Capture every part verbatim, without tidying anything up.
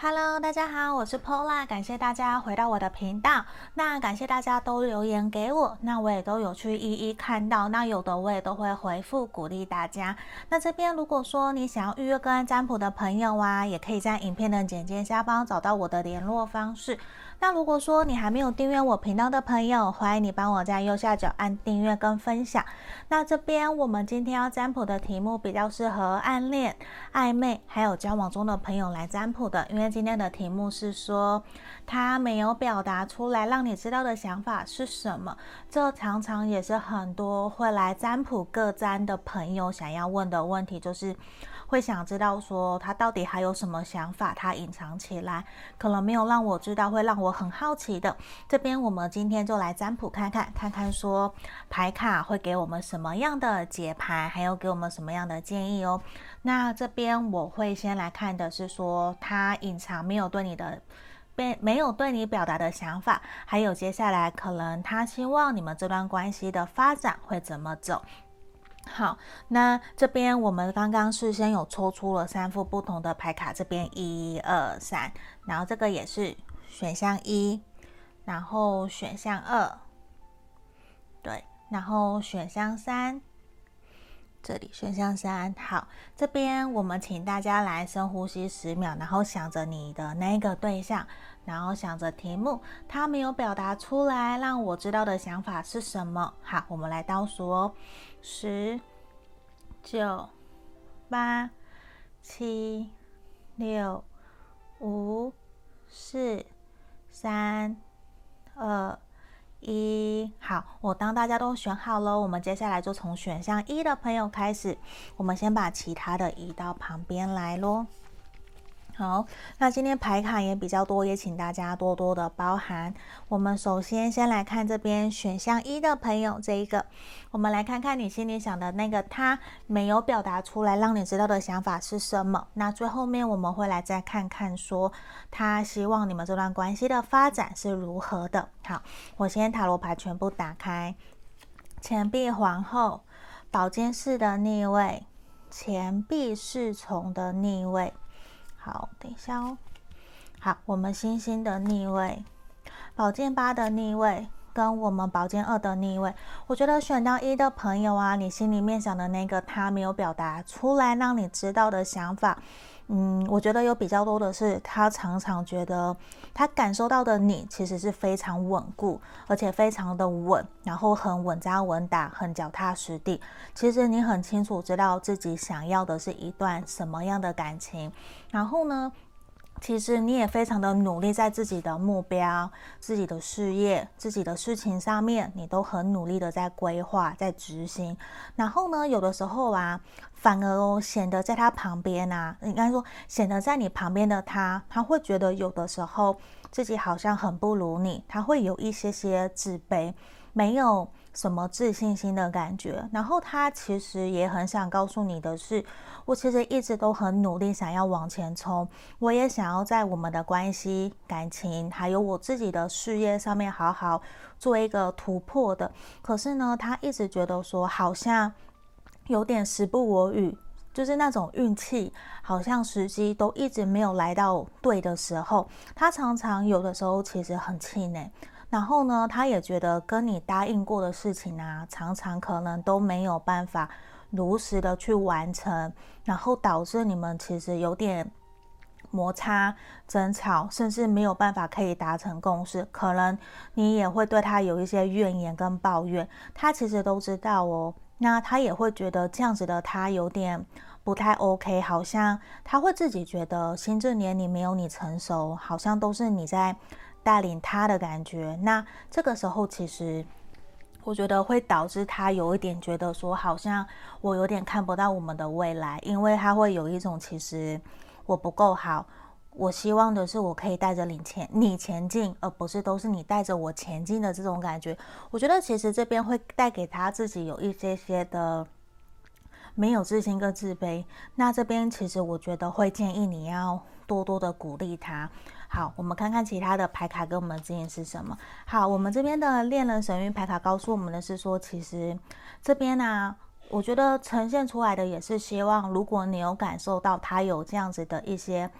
Hello，大家好，我是 Pola， 感谢大家回到我的频道。那感谢大家都留言给我，那我也都有去一一看到，那有的我也都会回复鼓励大家。那这边如果说你想要预约个案占卜的朋友啊，也可以在影片的简介下方找到我的联络方式。那如果说你还没有订阅我频道的朋友，欢迎你帮我在右下角按订阅跟分享。那这边我们今天要占卜的题目比较适合暗恋、暧昧还有交往中的朋友来占卜的，因为今天的题目是说他没有表达出来让你知道的想法是什么。这常常也是很多会来占卜个占的朋友想要问的问题，就是会想知道说他到底还有什么想法，他隐藏起来可能没有让我知道，会让我很好奇的。这边我们今天就来占卜看看看看说牌卡会给我们什么样的解牌，还有给我们什么样的建议哦。那这边我会先来看的是说他隐藏没有对你的被没有对你表达的想法，还有接下来可能他希望你们这段关系的发展会怎么走。好，那这边我们刚刚事先有抽出了三副不同的牌卡，这边一二三，然后这个也是选项一，然后选项二，对，然后选项三，这里选项三。好，这边我们请大家来深呼吸十秒，然后想着你的那个对象，然后想着题目，他没有表达出来让我知道的想法是什么。好，我们来倒数哦，十、九、八、七、六、五、四、三、二、一。好，我当大家都选好了，我们接下来就从选项一的朋友开始，我们先把其他的移到旁边来咯。好，那今天牌卡也比较多，也请大家多多的包涵。我们首先先来看这边选项一的朋友，这一个，我们来看看你心里想的那个他没有表达出来让你知道的想法是什么。那最后面我们会来再看看说他希望你们这段关系的发展是如何的。好，我先塔罗牌全部打开，钱币皇后、宝剑四的逆位、钱币侍从的逆位。好，等一下哦。好，我们星星的逆位、宝剑八的逆位跟我们宝剑二的逆位。我觉得选到一的朋友啊，你心里面想的那个他没有表达出来让你知道的想法，嗯，我觉得有比较多的是他常常觉得他感受到的你其实是非常稳固，而且非常的稳，然后很稳扎稳打，很脚踏实地。其实你很清楚知道自己想要的是一段什么样的感情，然后呢其实你也非常的努力在自己的目标、自己的事业、自己的事情上面，你都很努力的在规划、在执行。然后呢，有的时候啊，反而哦显得在他旁边啊，应该说显得在你旁边的他，他会觉得有的时候自己好像很不如你，他会有一些些自卑，没有什么自信心的感觉。然后他其实也很想告诉你的是，我其实一直都很努力想要往前冲，我也想要在我们的关系、感情还有我自己的事业上面好好做一个突破的。可是呢，他一直觉得说好像有点时不我与，就是那种运气好像时机都一直没有来到对的时候，他常常有的时候其实很气馁。然后呢，他也觉得跟你答应过的事情啊，常常可能都没有办法如实的去完成，然后导致你们其实有点摩擦、争吵，甚至没有办法可以达成共识。可能你也会对他有一些怨言跟抱怨，他其实都知道哦。那他也会觉得这样子的他有点不太 OK， 好像他会自己觉得心智年龄没有你成熟，好像都是你在带领他的感觉。那这个时候其实我觉得会导致他有一点觉得说好像我有点看不到我们的未来，因为他会有一种其实我不够好，我希望的是我可以带着你前你前进，而不是都是你带着我前进的这种感觉。我觉得其实这边会带给他自己有一些些的没有自信跟自卑。那这边其实我觉得会建议你要多多的鼓励他。好，我们看看其他的牌卡给我们的指引是什么。好，我们这边的恋人神谕牌卡告诉我们的是说，其实这边啊，我觉得呈现出来的也是希望，如果你有感受到他有这样子的一些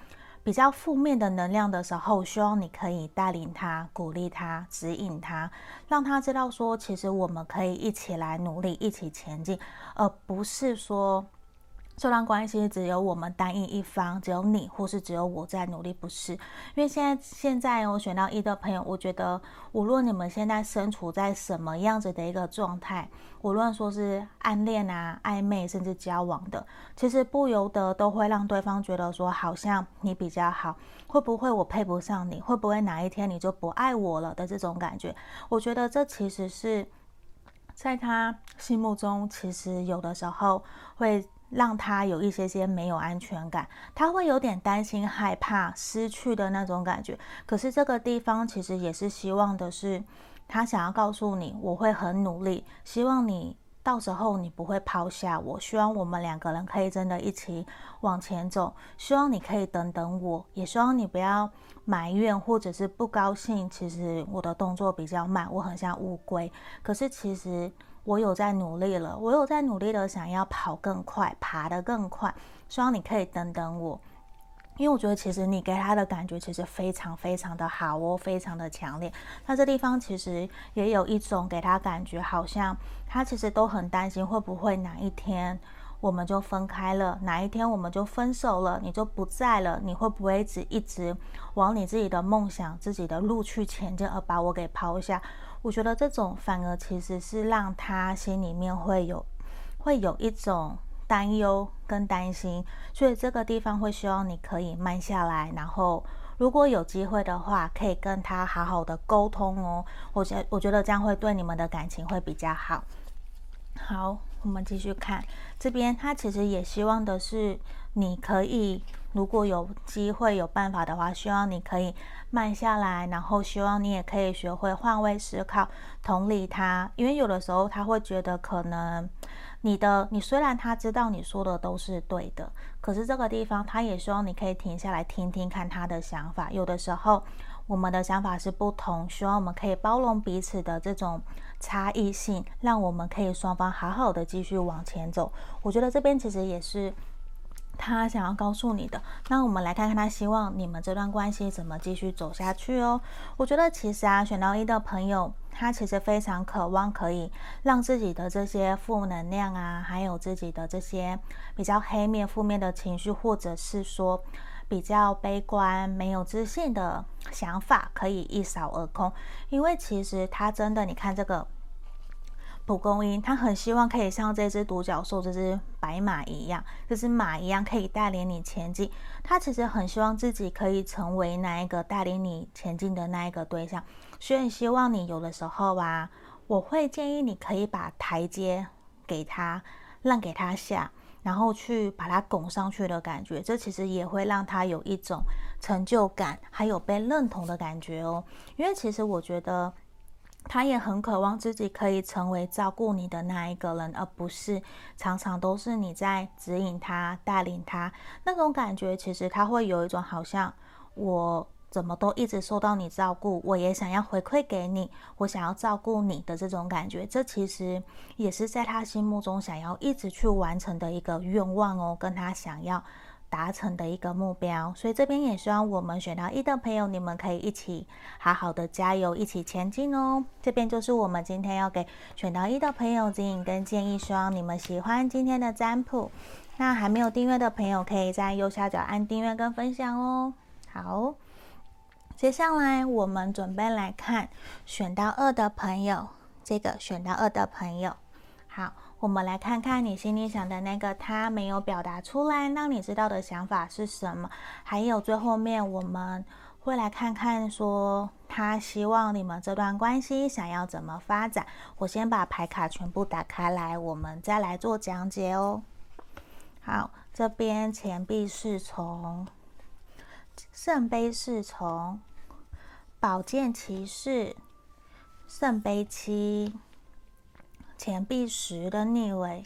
比较负面的能量的时候，希望你可以带领他、鼓励他、指引他，让他知道说，其实我们可以一起来努力，一起前进，而不是说这段关系只有我们单一一方，只有你或是只有我在努力，不是。因为现在现在我选到一的朋友，我觉得无论你们现在身处在什么样子的一个状态，无论说是暗恋啊、暧昧甚至交往的，其实不由得都会让对方觉得说，好像你比较好，会不会我配不上你，会不会哪一天你就不爱我了的这种感觉。我觉得这其实是在他心目中，其实有的时候会让他有一些些没有安全感，他会有点担心害怕失去的那种感觉。可是这个地方其实也是希望的是，他想要告诉你，我会很努力，希望你到时候你不会抛下我，希望我们两个人可以真的一起往前走，希望你可以等等我，也希望你不要埋怨或者是不高兴，其实我的动作比较慢，我很像乌龟，可是其实我有在努力了，我有在努力的想要跑更快，爬得更快，希望你可以等等我。因为我觉得其实你给他的感觉其实非常非常的好哦，非常的强烈。那这地方其实也有一种给他感觉，好像他其实都很担心会不会哪一天我们就分开了，哪一天我们就分手了，你就不在了，你会不会一直一直往你自己的梦想、自己的路去前进，而把我给抛下？我觉得这种反而其实是让他心里面会有会有一种担忧跟担心，所以这个地方会希望你可以慢下来，然后如果有机会的话，可以跟他好好的沟通哦。我觉我觉得这样会对你们的感情会比较好。好，我们继续看这边，他其实也希望的是你可以，如果有机会有办法的话，希望你可以慢下来，然后希望你也可以学会换位思考，同理他，因为有的时候他会觉得可能你的你虽然他知道你说的都是对的，可是这个地方他也希望你可以停下来听听看他的想法。有的时候我们的想法是不同，希望我们可以包容彼此的这种差异性，让我们可以双方好好的继续往前走。我觉得这边其实也是他想要告诉你的。那我们来看看他希望你们这段关系怎么继续走下去哦。我觉得其实啊，选到一的朋友，他其实非常渴望可以让自己的这些负能量啊，还有自己的这些比较黑面负面的情绪，或者是说比较悲观没有自信的想法可以一扫而空。因为其实他真的，你看这个蒲公英，他很希望可以像这只独角兽、这只白马一样，这只马一样可以带领你前进。他其实很希望自己可以成为那一个带领你前进的那一个对象，所以希望你有的时候啊，我会建议你可以把台阶给他，让给他下，然后去把它拱上去的感觉，这其实也会让他有一种成就感，还有被认同的感觉哦。因为其实我觉得他也很渴望自己可以成为照顾你的那一个人，而不是常常都是你在指引他、带领他。那种感觉其实他会有一种好像我怎么都一直受到你照顾，我也想要回馈给你，我想要照顾你的这种感觉。这其实也是在他心目中想要一直去完成的一个愿望哦，跟他想要达成的一个目标。所以这边也希望我们选到一的朋友，你们可以一起好好的加油，一起前进哦。这边就是我们今天要给选到一的朋友指引跟建议，希望你们喜欢今天的占卜。那还没有订阅的朋友，可以在右下角按订阅跟分享哦。好，接下来我们准备来看选到二的朋友，这个选到二的朋友，好，我们来看看你心里想的那个他没有表达出来，让你知道的想法是什么。还有最后面我们会来看看说他希望你们这段关系想要怎么发展。我先把牌卡全部打开来，我们再来做讲解哦。好，这边钱币侍从、圣杯侍从、宝剑骑士、圣杯七、钱币十的逆位、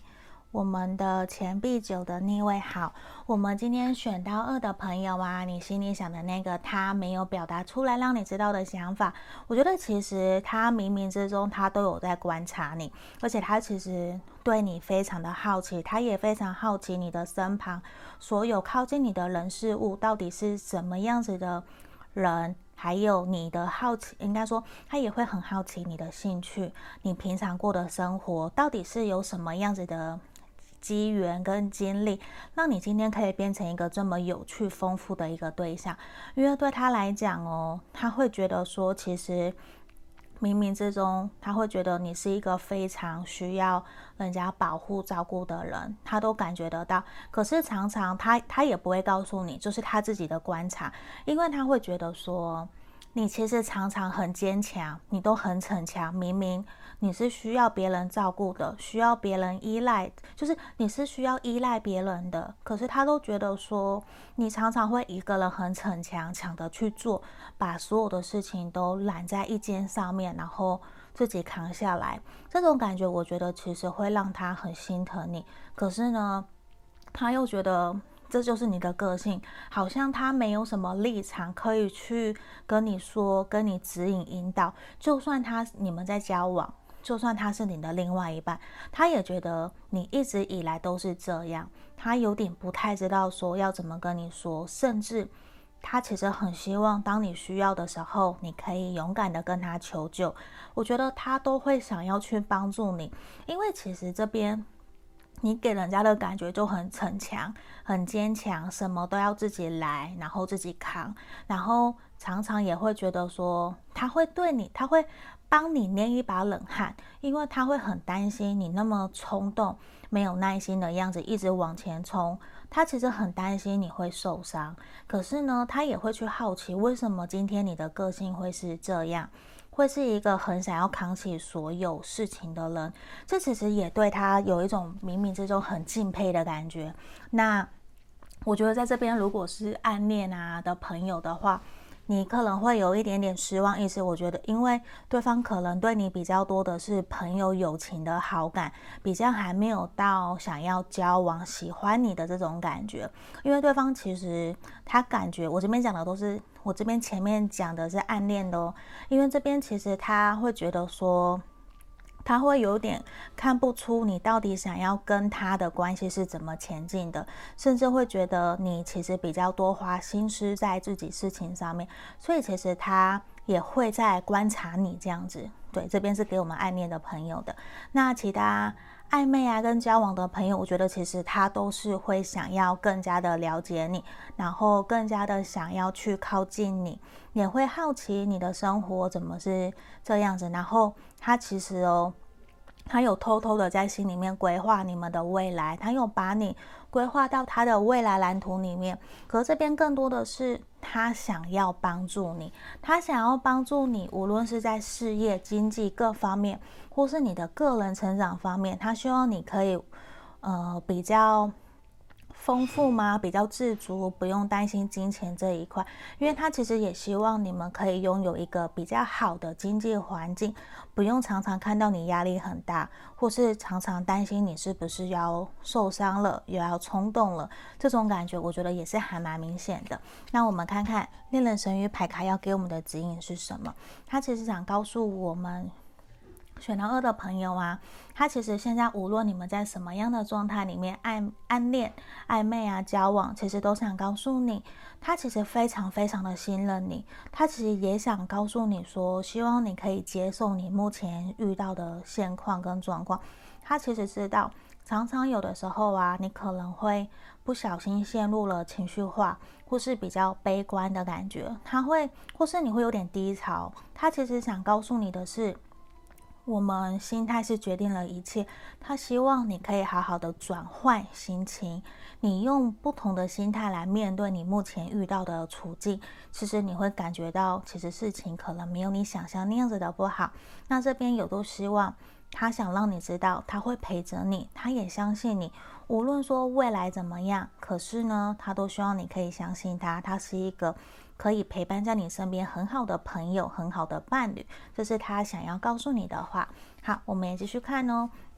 我们的钱币九的逆位。好，我们今天选到二的朋友啊，你心里想的那个他没有表达出来让你知道的想法，我觉得其实他冥冥之中他都有在观察你，而且他其实对你非常的好奇，他也非常好奇你的身旁所有靠近你的人事物到底是什么样子的人，还有你的好奇，应该说他也会很好奇你的兴趣，你平常过的生活到底是有什么样子的机缘跟经历，让你今天可以变成一个这么有趣丰富的一个对象。因为对他来讲哦，他会觉得说其实冥冥之中他会觉得你是一个非常需要人家保护照顾的人，他都感觉得到。可是常常他他也不会告诉你，就是他自己的观察，因为他会觉得说你其实常常很坚强，你都很逞强，明明你是需要别人照顾的，需要别人依赖，就是你是需要依赖别人的，可是他都觉得说你常常会一个人很逞强，抢着去做，把所有的事情都揽在一肩上面，然后自己扛下来。这种感觉我觉得其实会让他很心疼你，可是呢他又觉得这就是你的个性，好像他没有什么立场可以去跟你说，跟你指引引导。就算他你们在交往，就算他是你的另外一半，他也觉得你一直以来都是这样，他有点不太知道说要怎么跟你说，甚至他其实很希望当你需要的时候，你可以勇敢的跟他求救。我觉得他都会想要去帮助你，因为其实这边你给人家的感觉就很逞强，很坚强，什么都要自己来，然后自己扛，然后常常也会觉得说他会对你，他会帮你捏一把冷汗，因为他会很担心你那么冲动没有耐心的样子一直往前冲，他其实很担心你会受伤。可是呢他也会去好奇为什么今天你的个性会是这样，会是一个很想要扛起所有事情的人，这其实也对他有一种冥冥之中很敬佩的感觉。那我觉得在这边如果是暗恋啊的朋友的话，你可能会有一点点失望意思，我觉得因为对方可能对你比较多的是朋友友情的好感，比较还没有到想要交往喜欢你的这种感觉。因为对方其实他感觉，我这边讲的都是我这边前面讲的是暗恋的哦，因为这边其实他会觉得说他会有点看不出你到底想要跟他的关系是怎么前进的，甚至会觉得你其实比较多花心思在自己事情上面，所以其实他也会在观察你这样子。对，这边是给我们暗恋的朋友的。那其他暧昧啊跟交往的朋友，我觉得其实他都是会想要更加的了解你，然后更加的想要去靠近你，也会好奇你的生活怎么是这样子，然后他其实哦他有偷偷的在心里面规划你们的未来，他有把你规划到他的未来蓝图里面。可是这边更多的是他想要帮助你，他想要帮助你，无论是在事业、经济各方面，或是你的个人成长方面，他希望你可以呃比较丰富吗？比较自足，不用担心金钱这一块，因为他其实也希望你们可以拥有一个比较好的经济环境，不用常常看到你压力很大，或是常常担心你是不是要受伤了，又要冲动了，这种感觉我觉得也是还蛮明显的。那我们看看恋人神谕牌卡要给我们的指引是什么？他其实想告诉我们选到二的朋友啊，他其实现在无论你们在什么样的状态里面，暗暗恋、暧昧啊、交往，其实都想告诉你，他其实非常非常的信任你。他其实也想告诉你说，希望你可以接受你目前遇到的现况跟状况。他其实知道，常常有的时候啊，你可能会不小心陷入了情绪化，或是比较悲观的感觉，他会，或是你会有点低潮。他其实想告诉你的是，我们心态是决定了一切，他希望你可以好好的转换心情，你用不同的心态来面对你目前遇到的处境，其实你会感觉到其实事情可能没有你想象那样子的不好。那这边有都希望他想让你知道他会陪着你，他也相信你，无论说未来怎么样，可是呢他都希望你可以相信他，他是一个可以陪伴在你身边很好的朋友，很好的伴侣，这是他想要告诉你的话。好，我们也继续看哦。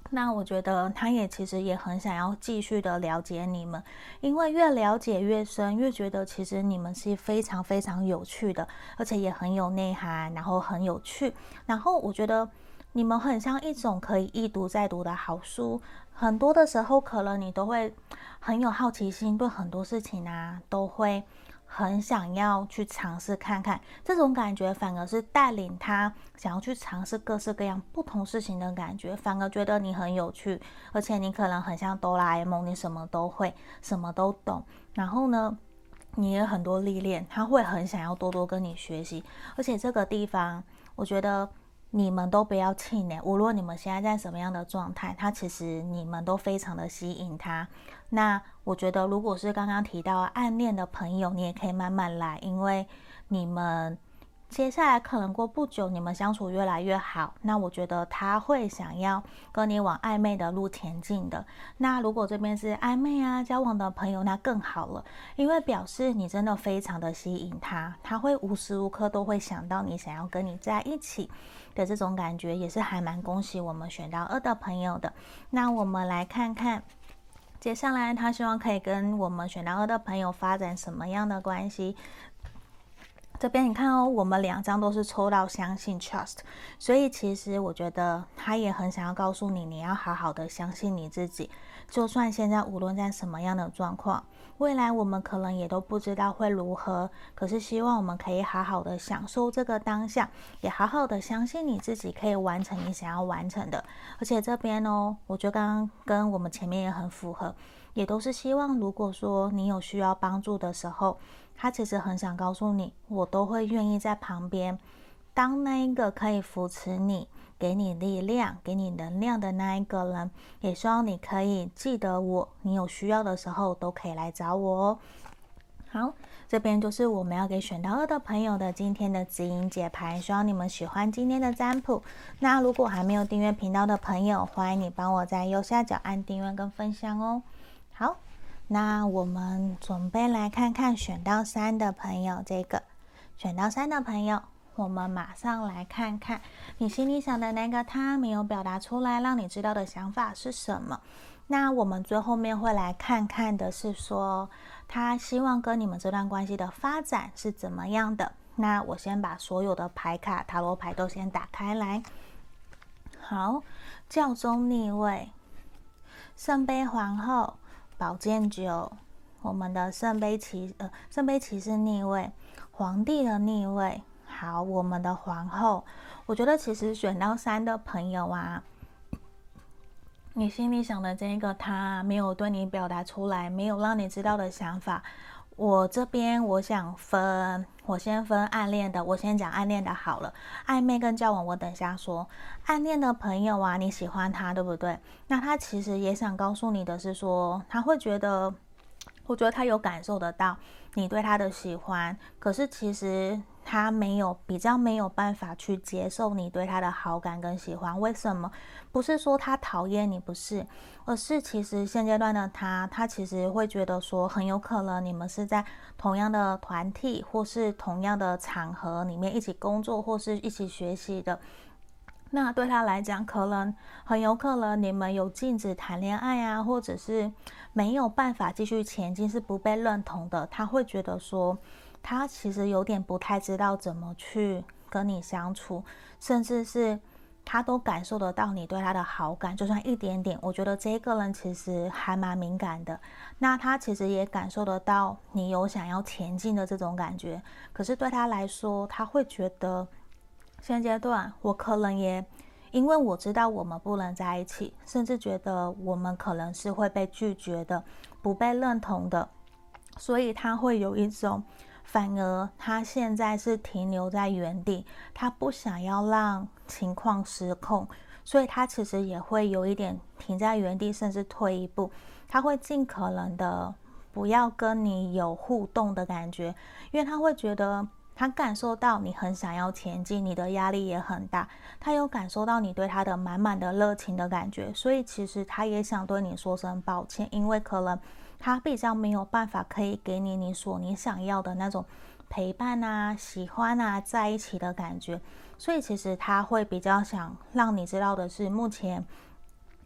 那我觉得他也其实也很想要继续的了解你们，因为越了解越深，越觉得其实你们是非常非常有趣的，而且也很有内涵，然后很有趣。然后我觉得你们很像一种可以一读再读的好书，很多的时候可能你都会很有好奇心，对很多事情啊都会很想要去尝试看看，这种感觉反而是带领他想要去尝试各式各样不同事情的感觉，反而觉得你很有趣，而且你可能很像哆啦 A 梦，你什么都会，什么都懂，然后呢你也很多历练，他会很想要多多跟你学习。而且这个地方我觉得你们都不要气馁，无论你们现在在什么样的状态，他其实你们都非常的吸引他。那我觉得如果是刚刚提到暗恋的朋友，你也可以慢慢来，因为你们接下来可能过不久你们相处越来越好，那我觉得他会想要跟你往暧昧的路前进的。那如果这边是暧昧啊交往的朋友，那更好了，因为表示你真的非常的吸引他，他会无时无刻都会想到你，想要跟你在一起的这种感觉，也是还蛮恭喜我们选到二的朋友的。那我们来看看接下来他希望可以跟我们选到二的朋友发展什么样的关系。这边你看哦，我们两张都是抽到相信 trust， 所以其实我觉得他也很想要告诉你，你要好好的相信你自己，就算现在无论在什么样的状况，未来我们可能也都不知道会如何，可是希望我们可以好好的享受这个当下，也好好的相信你自己可以完成你想要完成的。而且这边哦，我觉得刚刚跟我们前面也很符合，也都是希望如果说你有需要帮助的时候，他其实很想告诉你，我都会愿意在旁边当那一个可以扶持你，给你力量，给你能量的那一个人，也希望你可以记得我，你有需要的时候都可以来找我哦。好，这边就是我们要给选到二的朋友的今天的指引解牌，希望你们喜欢今天的占卜。那如果还没有订阅频道的朋友，欢迎你帮我在右下角按订阅跟分享哦。好，那我们准备来看看选到三的朋友，这个选到三的朋友，我们马上来看看你心里想的那个他没有表达出来让你知道的想法是什么。那我们最后面会来看看的是说，他希望跟你们这段关系的发展是怎么样的。那我先把所有的牌卡塔罗牌都先打开来。好，教宗逆位，圣杯皇后，宝剑九，我们的圣杯骑呃圣杯骑士逆位，皇帝的逆位。好，我们的皇后，我觉得其实选到三的朋友啊，你心里想的这个他没有对你表达出来，没有让你知道的想法，我这边我想分，我先分暗恋的，我先讲暗恋的好了。暧昧跟交往我等下说。暗恋的朋友啊，你喜欢他对不对？那他其实也想告诉你的是说，他会觉得，我觉得他有感受得到你对他的喜欢，可是其实他没有比较没有办法去接受你对他的好感跟喜欢。为什么？不是说他讨厌你，不是，而是其实现阶段的他，他其实会觉得说，很有可能你们是在同样的团体或是同样的场合里面一起工作或是一起学习的。那对他来讲，可能很有可能你们有禁止谈恋爱啊，或者是没有办法继续前进，是不被认同的。他会觉得说，他其实有点不太知道怎么去跟你相处，甚至是他都感受得到你对他的好感，就算一点点。我觉得这个人其实还蛮敏感的，那他其实也感受得到你有想要前进的这种感觉。可是对他来说，他会觉得现阶段我可能也因为我知道我们不能在一起，甚至觉得我们可能是会被拒绝的，不被认同的，所以他会有一种反而他现在是停留在原地，他不想要让情况失控，所以他其实也会有一点停在原地，甚至退一步，他会尽可能的不要跟你有互动的感觉，因为他会觉得他感受到你很想要前进，你的压力也很大，他有感受到你对他的满满的热情的感觉，所以其实他也想对你说声抱歉，因为可能他比较没有办法可以给你你所你想要的那种陪伴啊、喜欢啊、在一起的感觉，所以其实他会比较想让你知道的是，目前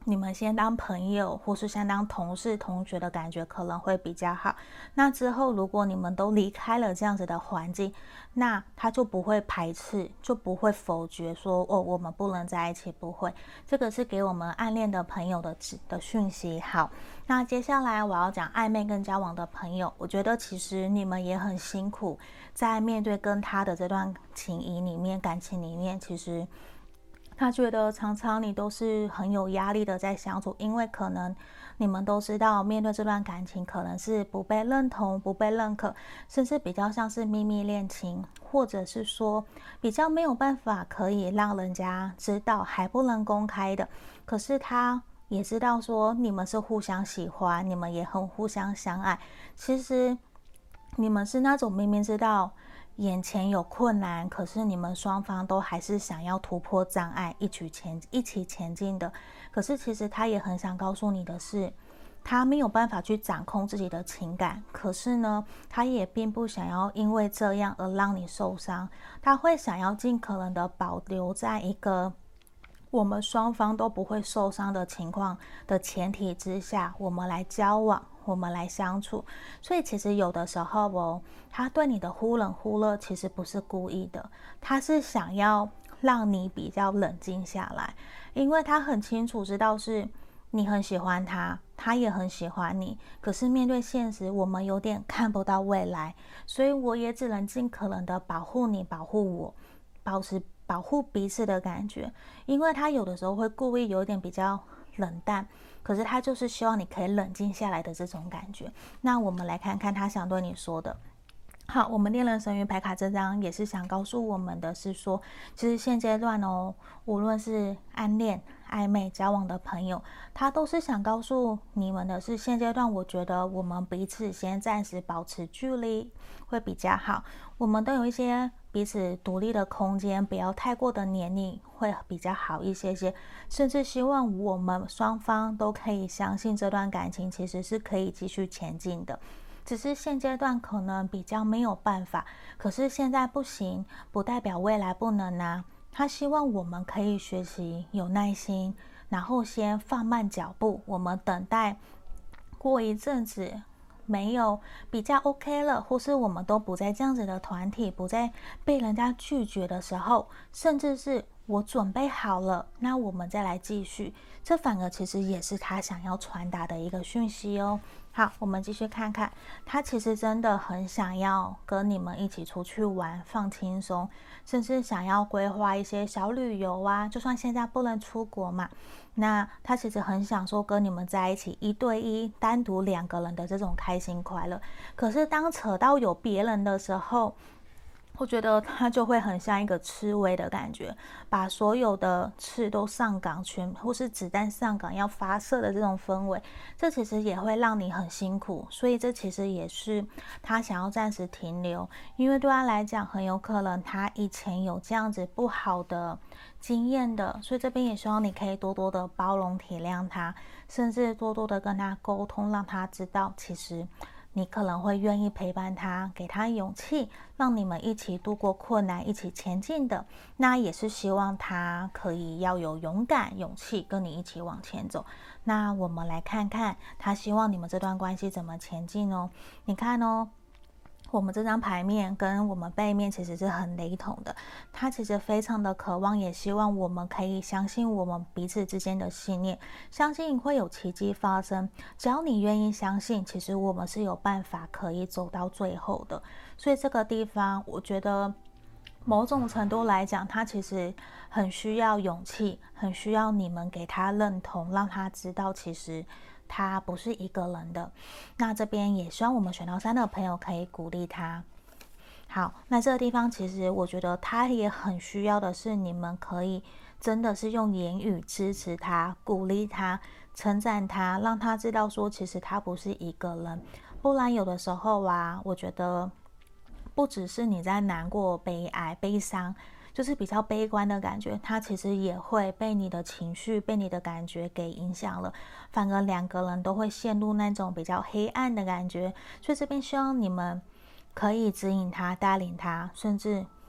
你们先当朋友，或是先当同事、同学的感觉可能会比较好。那之后，如果你们都离开了这样子的环境，那他就不会排斥，就不会否决说哦，我们不能在一起，不会。这个是给我们暗恋的朋友的的讯息。好，那接下来我要讲暧昧跟交往的朋友，我觉得其实你们也很辛苦，在面对跟他的这段情谊里面、感情里面，其实。他觉得常常你都是很有压力的在相处，因为可能你们都知道，面对这段感情可能是不被认同、不被认可，甚至比较像是秘密恋情，或者是说比较没有办法可以让人家知道，还不能公开的。可是他也知道说你们是互相喜欢，你们也很互相相爱。其实你们是那种明明知道眼前有困难，可是你们双方都还是想要突破障碍，一起前一起前进的。可是其实他也很想告诉你的是，他没有办法去掌控自己的情感，可是呢，他也并不想要因为这样而让你受伤。他会想要尽可能的保留在一个我们双方都不会受伤的情况的前提之下，我们来交往，我们来相处。所以其实有的时候哦，他对你的忽冷忽热其实不是故意的，他是想要让你比较冷静下来，因为他很清楚知道是你很喜欢他，他也很喜欢你，可是面对现实，我们有点看不到未来，所以我也只能尽可能的保护你，保护我，保持保护彼此的感觉。因为他有的时候会故意有点比较冷淡，可是他就是希望你可以冷静下来的这种感觉。那我们来看看他想对你说的。好，我们恋人神谕牌卡这张也是想告诉我们的是说，其实现阶段哦，无论是暗恋、暧昧、交往的朋友，他都是想告诉你们的是，现阶段我觉得我们彼此先暂时保持距离会比较好，我们都有一些彼此独立的空间，不要太过的黏腻，会比较好一些些。甚至希望我们双方都可以相信这段感情其实是可以继续前进的。只是现阶段可能比较没有办法，可是现在不行，不代表未来不能啊。他希望我们可以学习有耐心，然后先放慢脚步，我们等待过一阵子没有比较 OK 了，或是我们都不在这样子的团体，不再被人家拒绝的时候，甚至是我准备好了，那我们再来继续。这反而其实也是他想要传达的一个讯息哦。好，我们继续看看，他其实真的很想要跟你们一起出去玩，放轻松，甚至想要规划一些小旅游啊。就算现在不能出国嘛，那他其实很享受跟你们在一起一对一、单独两个人的这种开心快乐。可是当扯到有别人的时候，我觉得他就会很像一个刺猬的感觉，把所有的刺都上岗，全或是子弹上岗要发射的这种氛围，这其实也会让你很辛苦。所以这其实也是他想要暂时停留，因为对他来讲，很有可能他以前有这样子不好的经验的，所以这边也希望你可以多多的包容体谅他，甚至多多的跟他沟通，让他知道其实你可能会愿意陪伴他，给他勇气，让你们一起度过困难，一起前进的。那也是希望他可以要有勇敢、勇气，跟你一起往前走。那我们来看看他希望你们这段关系怎么前进哦。你看哦，我们这张牌面跟我们背面其实是很雷同的，他其实非常的渴望，也希望我们可以相信我们彼此之间的信念，相信会有奇迹发生。只要你愿意相信，其实我们是有办法可以走到最后的。所以这个地方，我觉得某种程度来讲，他其实很需要勇气，很需要你们给他认同，让他知道其实他不是一个人的。那这边也希望我们选到三的朋友可以鼓励他。好，那这个地方其实我觉得他也很需要的是你们可以真的是用言语支持他，鼓励他，称赞他，让他知道说其实他不是一个人。不然有的时候啊，我觉得不只是你在难过、悲哀、悲伤，就是比较悲观的感觉，他其实也会被你的情绪、被你的感觉给影响了，反而两个人都会陷入那种比较黑暗的感觉。所以这边希望你们可以指引他、带领他，甚至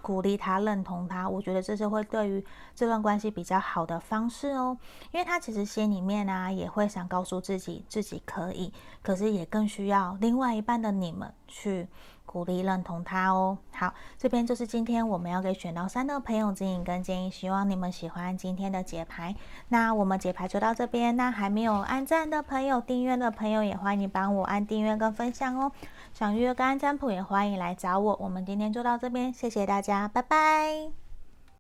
鼓励他、认同他，我觉得这是会对于这段关系比较好的方式哦。因为他其实心里面啊也会想告诉自己自己可以，可是也更需要另外一半的你们去鼓励认同他哦。好，这边就是今天我们要给选到三的朋友指引跟建议，希望你们喜欢今天的解牌。那我们解牌就到这边，那还没有按赞的朋友、订阅的朋友也欢迎你帮我按订阅跟分享哦。想预约个案占卜也欢迎来找我。我们今天就到这边，谢谢大家，拜拜。